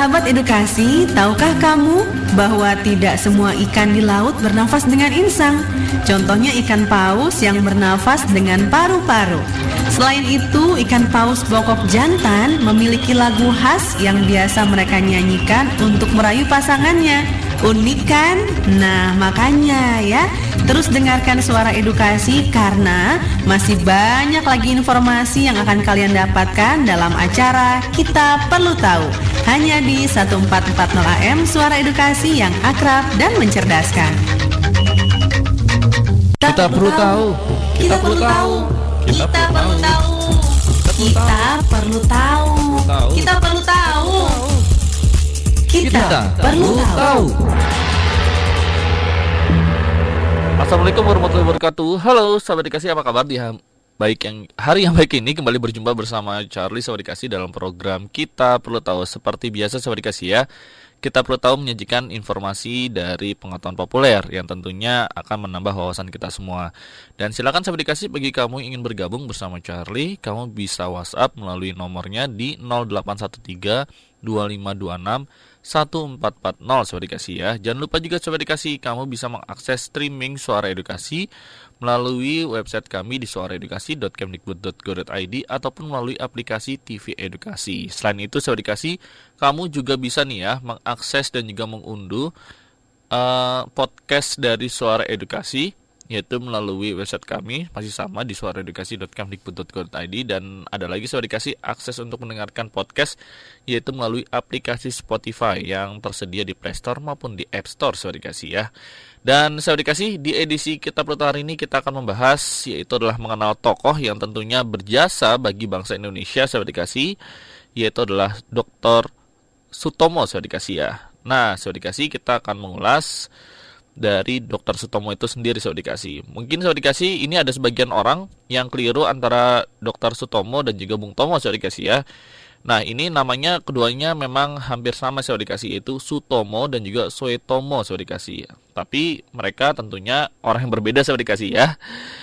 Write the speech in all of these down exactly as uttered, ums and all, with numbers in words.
Sahabat edukasi, tahukah kamu bahwa tidak semua ikan di laut bernafas dengan insang? Contohnya ikan paus yang bernafas dengan paru-paru. Selain itu, ikan paus bokok jantan memiliki lagu khas yang biasa mereka nyanyikan untuk merayu pasangannya. Unik kan? Nah, makanya ya, terus dengarkan Suara Edukasi karena masih banyak lagi informasi yang akan kalian dapatkan dalam acara Kita Perlu Tahu. Hanya di seribu empat ratus empat puluh A M Suara Edukasi yang akrab dan mencerdaskan. Kita perlu tahu. Kita perlu tahu. Kita perlu tahu. Kita perlu tahu. Kita perlu tahu. Kita perlu tahu. Assalamualaikum warahmatullahi wabarakatuh. Halo sahabat edukasi, apa kabar di ham- baik yang hari yang baik ini? Kembali berjumpa bersama Charlie sahabat edukasi dalam program Kita Perlu Tahu. Seperti biasa sahabat edukasi ya, Kita Perlu Tahu menyajikan informasi dari pengetahuan populer yang tentunya akan menambah wawasan kita semua. Dan silakan sahabat edukasi, bagi kamu yang ingin bergabung bersama Charlie, kamu bisa WhatsApp melalui nomornya di nol delapan satu tiga dua lima dua enam satu empat empat nol sahabat edukasi ya. Jangan lupa juga sahabat edukasi, kamu bisa mengakses streaming Suara Edukasi melalui website kami di suara edukasi dot kemdikbud dot go dot i d ataupun melalui aplikasi T V Edukasi. Selain itu sahabat edukasi, kamu juga bisa nih ya mengakses dan juga mengunduh uh, podcast dari Suara Edukasi, yaitu melalui website kami, masih sama di suara edukasi dot kemdikbud dot go dot i d. Dan ada lagi sahabat edukasi, akses untuk mendengarkan podcast yaitu melalui aplikasi Spotify yang tersedia di Play Store maupun di App Store sahabat edukasi ya. Dan sahabat edukasi, di edisi Kita Perlu Tahu hari ini kita akan membahas yaitu adalah mengenal tokoh yang tentunya berjasa bagi bangsa Indonesia sahabat edukasi, yaitu adalah doktor Sutomo sahabat edukasi ya. Nah sahabat edukasi, kita akan mengulas dari dokter Sutomo itu sendiri sahabat edukasi. Mungkin sahabat edukasi ini ada sebagian orang yang keliru antara dokter Sutomo dan juga Bung Tomo sahabat edukasi ya. Nah ini namanya keduanya memang hampir sama sahabat edukasi, yaitu Sutomo dan juga Suetomo sahabat edukasi. Tapi mereka tentunya orang yang berbeda sahabat edukasi ya.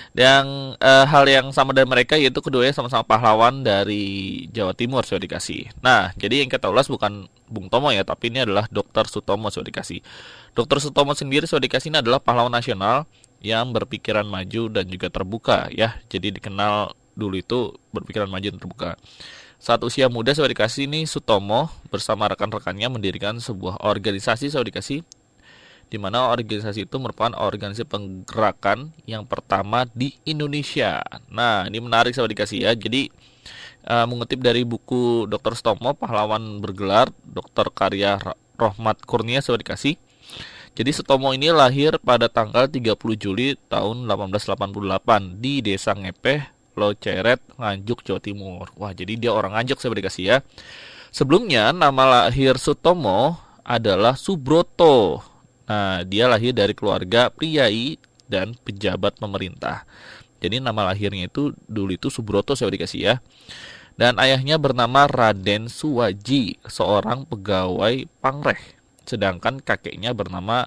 Dan e, hal yang sama dari mereka yaitu keduanya sama-sama pahlawan dari Jawa Timur sahabat edukasi. Nah jadi yang kita ulas bukan Bung Tomo ya, tapi ini adalah dokter Sutomo sahabat edukasi. dokter Sutomo sendiri sahabat edukasi ini adalah pahlawan nasional yang berpikiran maju dan juga terbuka ya. Jadi dikenal dulu itu berpikiran maju dan terbuka. Saat usia muda sahabat edukasi ini Sutomo bersama rekan-rekannya mendirikan sebuah organisasi sahabat edukasi, di mana organisasi itu merupakan organisasi penggerakan yang pertama di Indonesia. Nah ini menarik sahabat edukasi ya. Jadi uh, mengutip dari buku dokter Sutomo, pahlawan bergelar Dokter Karya Rohmat Kurnia sahabat edukasi. Jadi Sutomo ini lahir pada tanggal tiga puluh Juli tahun delapan belas delapan puluh delapan di Desa Ngepeh, Loceret, Nganjuk, Jawa Timur. Wah, jadi dia orang Nganjuk sahabat edukasi ya. Sebelumnya nama lahir Sutomo adalah Subroto. Nah, dia lahir dari keluarga priai dan pejabat pemerintah. Jadi nama lahirnya itu dulu itu Subroto sahabat edukasi ya. Dan ayahnya bernama Raden Suwaji, seorang pegawai Pangreh. Sedangkan kakeknya bernama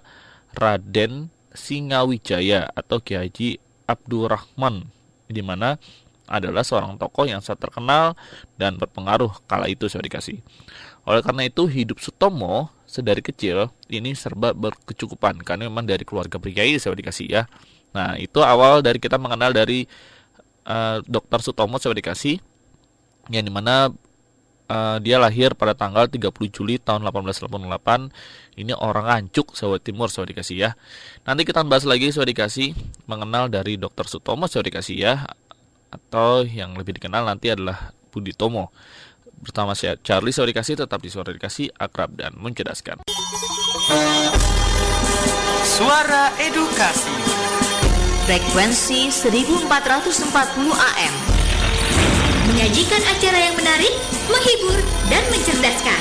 Raden Singawijaya atau Ki Haji Abdurrahman, di mana adalah seorang tokoh yang sangat terkenal dan berpengaruh kala itu sahabat edukasi. Oleh karena itu hidup Sutomo sedari kecil ini serba berkecukupan karena memang dari keluarga priai sahabat edukasi ya. Nah itu awal dari kita mengenal dari uh, dokter Sutomo sahabat edukasi, yang dimana uh, dia lahir pada tanggal tiga puluh Juli tahun delapan belas delapan puluh delapan. Ini orang Nganjuk Jawa Timur sahabat edukasi ya. Nanti kita bahas lagi sahabat edukasi mengenal dari dokter Sutomo sahabat edukasi ya, atau yang lebih dikenal nanti adalah Budi Tomo. Bersama saya Charlie sahabat edukasi, tetap di Suara Edukasi, akrab dan mencerdaskan. Suara Edukasi, frekuensi seribu empat ratus empat puluh A M, menyajikan acara yang menarik, menghibur, dan mencerdaskan.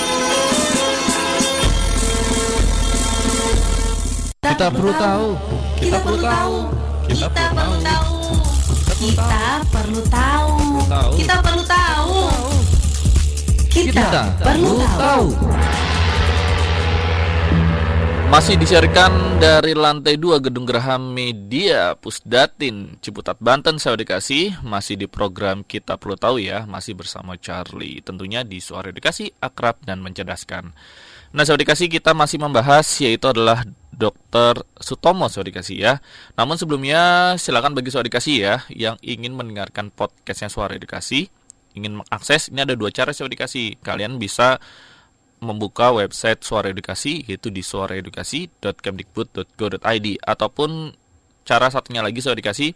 Kita perlu tahu. Kita perlu tahu. Kita perlu tahu. Kita perlu tahu. Kita perlu tahu. Kita perlu tahu. Masih disiarkan dari lantai dua Gedung Geraha Media Pusdatin Ciputat, Banten, saya dikasih. Masih di program Kita Perlu Tahu ya, masih bersama Charlie. Tentunya di Suara Edukasi, akrab dan mencerdaskan. Nah, saya dikasih, kita masih membahas yaitu adalah dokter Sutomo, saya dikasih ya. Namun sebelumnya silakan bagi saya dikasih ya yang ingin mendengarkan podcastnya Suara Edukasi, ingin mengakses, ini ada dua cara saya dikasih. Kalian bisa membuka website Suara Edukasi yaitu di suaraedukasi dot kemdikbud dot go dot i d, ataupun cara satunya lagi saya dikasih,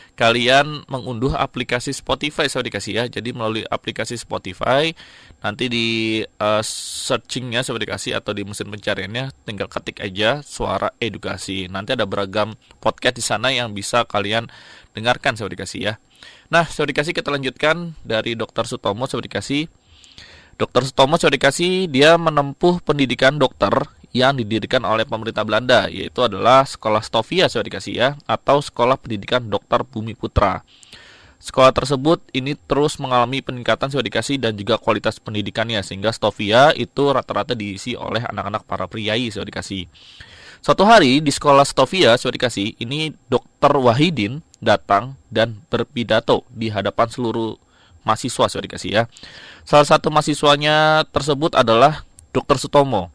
kalian mengunduh aplikasi Spotify saya dikasih ya. Jadi melalui aplikasi Spotify nanti di uh, searchingnya saya dikasih atau di mesin pencariannya tinggal ketik aja Suara Edukasi. Nanti ada beragam podcast di sana yang bisa kalian dengarkan saya dikasih ya. Nah, saya dikasih, kita lanjutkan dari dokter Sutomo saya dikasih. dokter Sutomo saya dikasih, dia menempuh pendidikan dokter yang didirikan oleh pemerintah Belanda, yaitu adalah Sekolah Stovia saya dikasih ya, atau Sekolah Pendidikan Dokter Bumi Putra. Sekolah tersebut ini terus mengalami peningkatan saya dikasih dan juga kualitas pendidikannya, sehingga Stovia itu rata-rata diisi oleh anak-anak para priai saya dikasih. Suatu hari di Sekolah Stovia saya dikasih, ini dokter Wahidin datang dan berpidato di hadapan seluruh mahasiswa saya dikasih ya. Salah satu mahasiswanya tersebut adalah dokter Sutomo.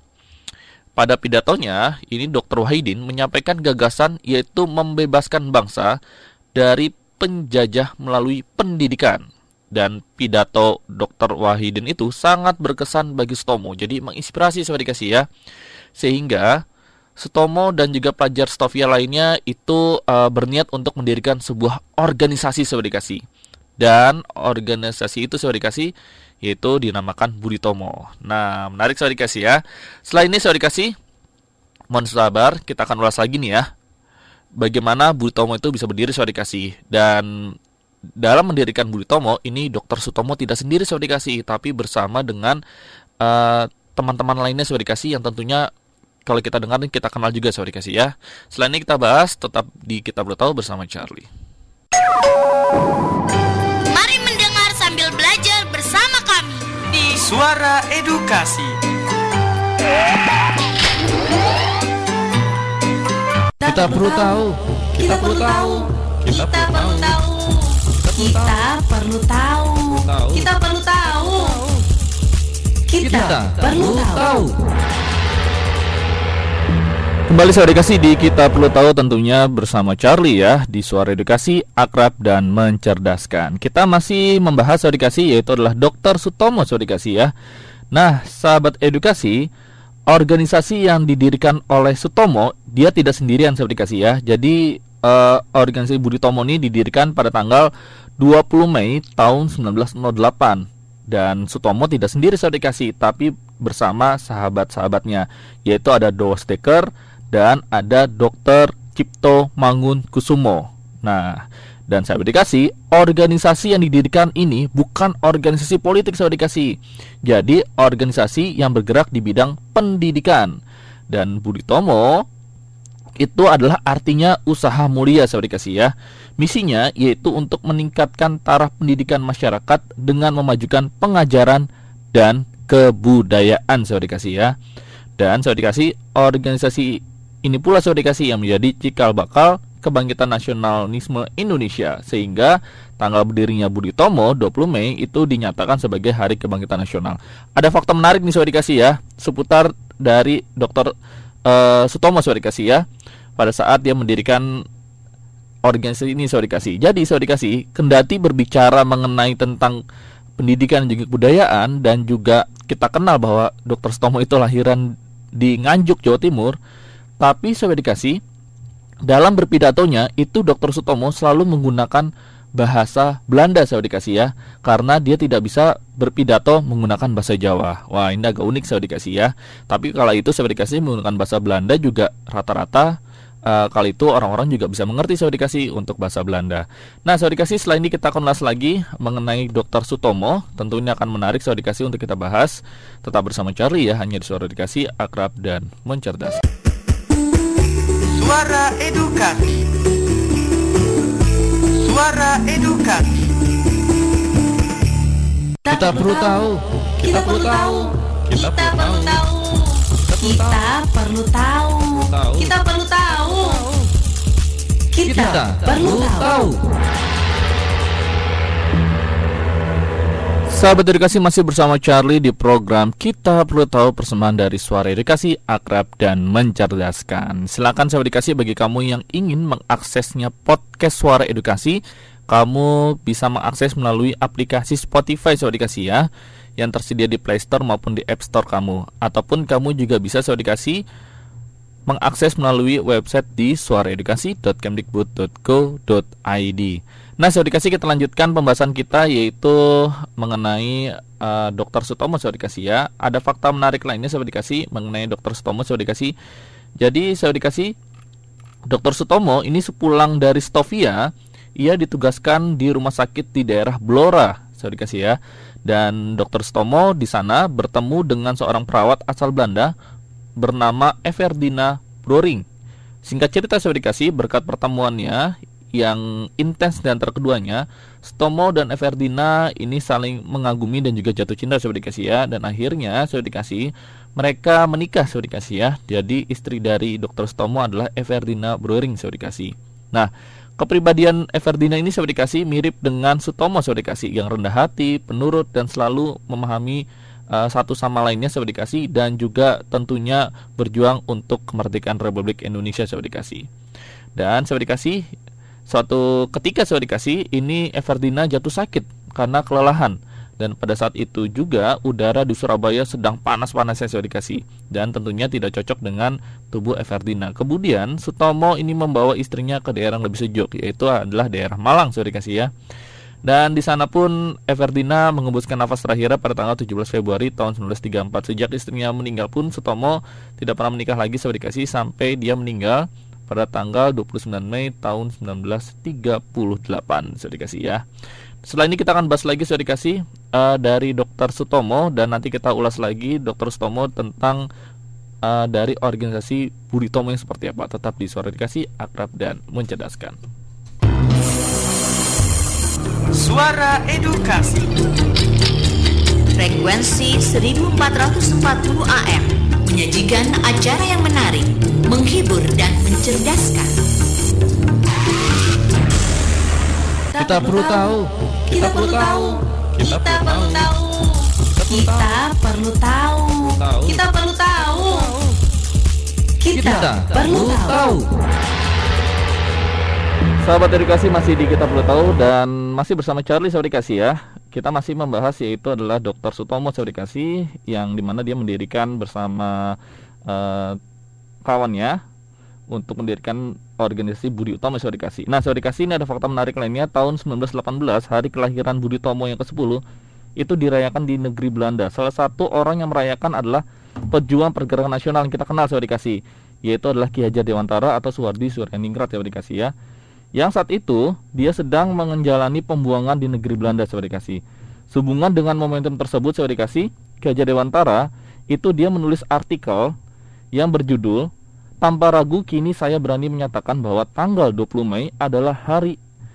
Pada pidatonya, ini dokter Wahidin menyampaikan gagasan yaitu membebaskan bangsa dari penjajah melalui pendidikan. Dan pidato dokter Wahidin itu sangat berkesan bagi Sutomo. Jadi menginspirasi saya dikasih ya. Sehingga Sutomo dan juga pelajar Stovia lainnya itu uh, berniat untuk mendirikan sebuah organisasi saya dikasih. Dan organisasi itu saya dikasih yaitu dinamakan Budi Tomo. Nah, menarik saya dikasih ya. Setelah ini saya dikasih, mohon sabar, kita akan ulas lagi nih ya, bagaimana Budi Tomo itu bisa berdiri saya dikasih. Dan dalam mendirikan Budi Tomo ini dokter Sutomo tidak sendiri saya dikasih, tapi bersama dengan uh, teman-teman lainnya saya dikasih yang tentunya kalau kita dengar kita kenal juga saya dikasih ya. Setelah ini kita bahas, tetap di Kita Perlu Tahu bersama Charlie. Sambil belajar bersama kami di Suara Edukasi. Kita perlu tahu. Kita perlu tahu. Kita perlu tahu. Kita perlu tahu. Kita perlu tahu. Kita perlu tahu. Kembali saya dikasih di Kita Perlu Tahu tentunya bersama Charlie ya, di Suara Edukasi, akrab dan mencerdaskan. Kita masih membahas saya dikasih yaitu adalah dokter Sutomo saya dikasih ya. Nah, sahabat edukasi, organisasi yang didirikan oleh Sutomo dia tidak sendirian saya dikasih ya. Jadi uh, organisasi Budi Tomo ini didirikan pada tanggal dua puluh Mei tahun seribu sembilan ratus delapan. Dan Sutomo tidak sendiri saya dikasih, tapi bersama sahabat-sahabatnya, yaitu ada Doos Dekker dan ada dokter Cipto Mangun Kusumo. Nah, dan saya dikasih, organisasi yang didirikan ini bukan organisasi politik saya dikasih. Jadi organisasi yang bergerak di bidang pendidikan. Dan Budi Tomo itu adalah artinya usaha mulia saya dikasih ya. Misinya yaitu untuk meningkatkan taraf pendidikan masyarakat dengan memajukan pengajaran dan kebudayaan saya dikasih ya. Dan saya dikasih, organisasi ini pula saya dikasih yang menjadi cikal bakal kebangkitan nasionalisme Indonesia, sehingga tanggal berdirinya Budi Tomo dua puluh Mei itu dinyatakan sebagai Hari Kebangkitan Nasional. Ada fakta menarik nih saya dikasih ya seputar dari dokter uh, Sutomo saya dikasih ya, pada saat dia mendirikan organisasi ini saya dikasih. Jadi saya dikasih, kendati berbicara mengenai tentang pendidikan dan juga kebudayaan, dan juga kita kenal bahwa dokter Sutomo itu lahiran di Nganjuk, Jawa Timur, tapi saya dikasih, dalam berpidatonya itu dokter Sutomo selalu menggunakan bahasa Belanda saya dikasih ya, karena dia tidak bisa berpidato menggunakan bahasa Jawa. Wah, ini agak unik saya dikasih ya. Tapi kalau itu saya dikasih menggunakan bahasa Belanda juga rata-rata uh, kali itu orang-orang juga bisa mengerti saya dikasih untuk bahasa Belanda. Nah, saya dikasih, setelah ini kita akan ulas lagi mengenai dokter Sutomo. Tentunya akan menarik saya dikasih untuk kita bahas. Tetap bersama Charlie ya, hanya di Suara Edukasi, akrab dan mencerdaskan. Suara Edukasi. Suara Edukasi. Kita perlu tahu. Kita perlu tahu. Kita perlu tahu. Kita perlu tahu. Kita perlu tahu. Kita perlu tahu. Sahabat edukasi, masih bersama Charlie di program Kita Perlu Tahu, persembahan dari Suara Edukasi, akrab dan mencerdaskan. Silakan sahabat edukasi, bagi kamu yang ingin mengaksesnya podcast Suara Edukasi, kamu bisa mengakses melalui aplikasi Spotify sahabat edukasi ya, yang tersedia di Play Store maupun di App Store kamu. Ataupun kamu juga bisa sahabat edukasi mengakses melalui website di suaraedukasi dot kemdikbud dot go dot i d. Nah, sahabat edukasi, kita lanjutkan pembahasan kita, yaitu mengenai uh, Dokter Sutomo sahabat edukasi ya. Ada fakta menarik lainnya sahabat edukasi mengenai Dokter Sutomo sahabat edukasi. Jadi sahabat edukasi, Dokter Sutomo ini sepulang dari Stovia, ia ditugaskan di rumah sakit di daerah Blora sahabat edukasi ya. Dan Dokter Sutomo di sana bertemu dengan seorang perawat asal Belanda bernama Everdina Broering. Singkat cerita sahabat edukasi, berkat pertemuannya yang intens di antara keduanya, Sutomo dan Everdina ini saling mengagumi dan juga jatuh cinta sahabat edukasi ya. Dan akhirnya sahabat edukasi, mereka menikah sahabat edukasi ya. Jadi istri dari Dokter Sutomo adalah Everdina Broering sahabat edukasi. Nah, kepribadian Everdina ini sahabat edukasi mirip dengan Sutomo sahabat edukasi, yang rendah hati, penurut, dan selalu memahami uh, satu sama lainnya sahabat edukasi, dan juga tentunya berjuang untuk kemerdekaan Republik Indonesia sahabat edukasi. Dan sahabat edukasi, suatu ketika sahabat edukasi ini Everdina jatuh sakit karena kelelahan, dan pada saat itu juga udara di Surabaya sedang panas-panasnya sahabat edukasi, dan tentunya tidak cocok dengan tubuh Everdina. Kemudian Sutomo ini membawa istrinya ke daerah yang lebih sejuk, yaitu adalah daerah Malang sahabat edukasi ya. Dan di sana pun Everdina mengembuskan nafas terakhirnya pada tanggal tujuh belas Februari tahun seribu sembilan ratus tiga puluh empat. Sejak istrinya meninggal pun Sutomo tidak pernah menikah lagi sahabat edukasi sampai dia meninggal pada tanggal dua puluh sembilan Mei tahun seribu sembilan ratus tiga puluh delapan sahabat edukasi ya. Setelah ini kita akan bahas lagi sahabat edukasi uh, dari Dokter Sutomo, dan nanti kita ulas lagi Dokter Sutomo tentang uh, dari organisasi Budi Utomo yang seperti apa. Tetap di Suara Edukasi, akrab dan mencerdaskan. Suara Edukasi. Frekuensi seribu empat ratus empat puluh A M menyajikan acara yang menarik, menghibur dan mencerdaskan. Kita perlu tahu. Kita perlu tahu. Kita perlu tahu. Kita perlu tahu. Kita perlu tahu. Kita perlu tahu. Sahabat edukasi, masih di Kita Perlu Tahu dan masih bersama Charlie sahabat edukasi ya. Kita masih membahas yaitu adalah Dokter Sutomo sahabat edukasi, yang dimana dia mendirikan bersama uh, kawannya untuk mendirikan organisasi Budi Utomo sahabat edukasi. Nah sahabat edukasi, ini ada fakta menarik lainnya. Tahun seribu sembilan ratus delapan belas, hari kelahiran Budi Utomo yang kesepuluh itu dirayakan di negeri Belanda. Salah satu orang yang merayakan adalah pejuang pergerakan nasional yang kita kenal sahabat edukasi, yaitu adalah Ki Hajar Dewantara atau Suwardi Suryaningrat sahabat edukasi ya. Yang saat itu dia sedang menjalani pembuangan di negeri Belanda sahabat edukasi. Sehubungan dengan momentum tersebut sahabat edukasi, Ki Hajar Dewantara itu dia menulis artikel yang berjudul "Tanpa ragu kini saya berani menyatakan bahwa tanggal dua puluh Mei adalah hari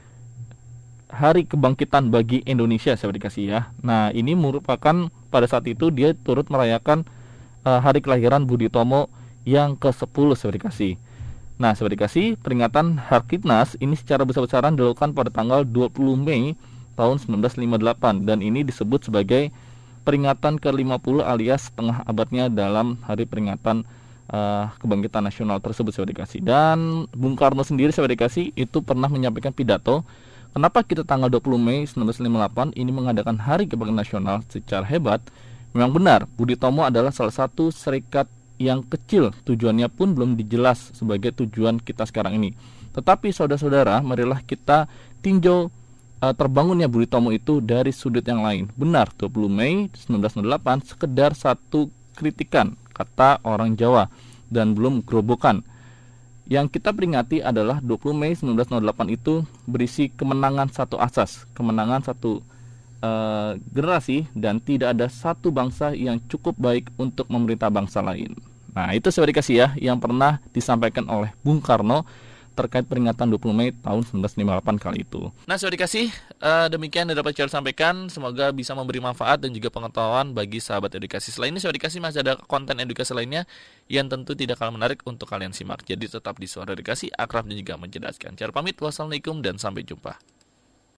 hari kebangkitan bagi Indonesia sahabat edukasi ya." Nah, ini merupakan pada saat itu dia turut merayakan uh, hari kelahiran Budi Utomo yang kesepuluh sahabat edukasi. Nah, sahabat edukasi, peringatan Harkitnas ini secara besar-besaran dilakukan pada tanggal dua puluh Mei tahun seribu sembilan ratus lima puluh delapan, dan ini disebut sebagai peringatan ke lima puluh alias setengah abadnya dalam hari peringatan uh, kebangkitan nasional tersebut sahabat edukasi. Dan Bung Karno sendiri sahabat edukasi itu pernah menyampaikan pidato, kenapa kita tanggal dua puluh Mei seribu sembilan ratus lima puluh delapan ini mengadakan hari kebangkitan nasional secara hebat. Memang benar, Budi Utomo adalah salah satu serikat yang kecil, tujuannya pun belum dijelas sebagai tujuan kita sekarang ini. Tetapi saudara-saudara, marilah kita tinjau uh, terbangunnya Budi Utomo itu dari sudut yang lain. Benar, dua puluh Mei seribu sembilan ratus delapan sekedar satu kritikan, kata orang Jawa, dan belum gerobokan. Yang kita peringati adalah dua puluh Mei seribu sembilan ratus delapan itu berisi kemenangan satu asas, kemenangan satu uh, generasi, dan tidak ada satu bangsa yang cukup baik untuk memerintah bangsa lain. Nah, itu sahabat edukasi ya yang pernah disampaikan oleh Bung Karno terkait peringatan dua puluh Mei tahun seribu sembilan ratus lima puluh delapan kali itu. Nah, sahabat edukasi, uh, demikian yang dapat saya sampaikan. Semoga bisa memberi manfaat dan juga pengetahuan bagi sahabat edukasi. Selain ini, sahabat edukasi masih ada konten edukasi lainnya yang tentu tidak kalah menarik untuk kalian simak. Jadi tetap di Suara Edukasi, akrab dan juga mencerdaskan. Cara pamit, wassalamualaikum dan sampai jumpa.